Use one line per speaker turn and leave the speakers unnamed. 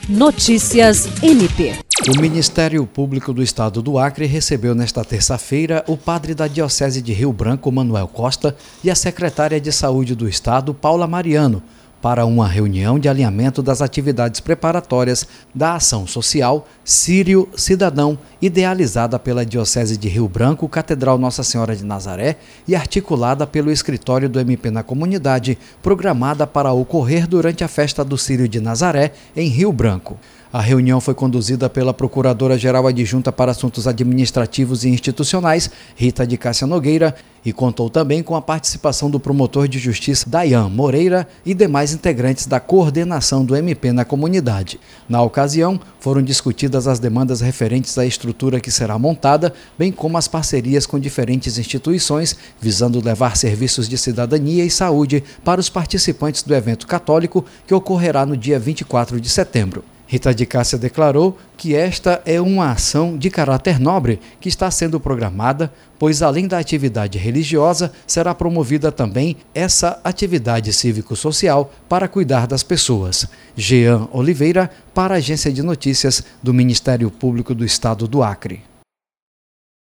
Notícias MP.
O Ministério Público do Estado do Acre recebeu nesta terça-feira o padre da Diocese de Rio Branco, Manuel Costa, e a secretária de Saúde do Estado, Paula Mariano, para uma reunião de alinhamento das atividades preparatórias da ação social Sírio Cidadão, idealizada pela Diocese de Rio Branco, Catedral Nossa Senhora de Nazaré e articulada pelo escritório do MP na comunidade, programada para ocorrer durante a festa do Círio de Nazaré, em Rio Branco. A reunião foi conduzida pela Procuradora-Geral Adjunta para Assuntos Administrativos e Institucionais, Rita de Cássia Nogueira, e contou também com a participação do promotor de justiça Dayan Moreira e demais integrantes da coordenação do MP na comunidade. Na ocasião, foram discutidas as demandas referentes à estrutura que será montada, bem como as parcerias com diferentes instituições, visando levar serviços de cidadania e saúde para os participantes do evento católico, que ocorrerá no dia 24 de setembro. Rita de Cássia declarou que esta é uma ação de caráter nobre que está sendo programada, pois além da atividade religiosa, será promovida também essa atividade cívico-social para cuidar das pessoas. Jean Oliveira, para a Agência de Notícias do Ministério Público do Estado do Acre.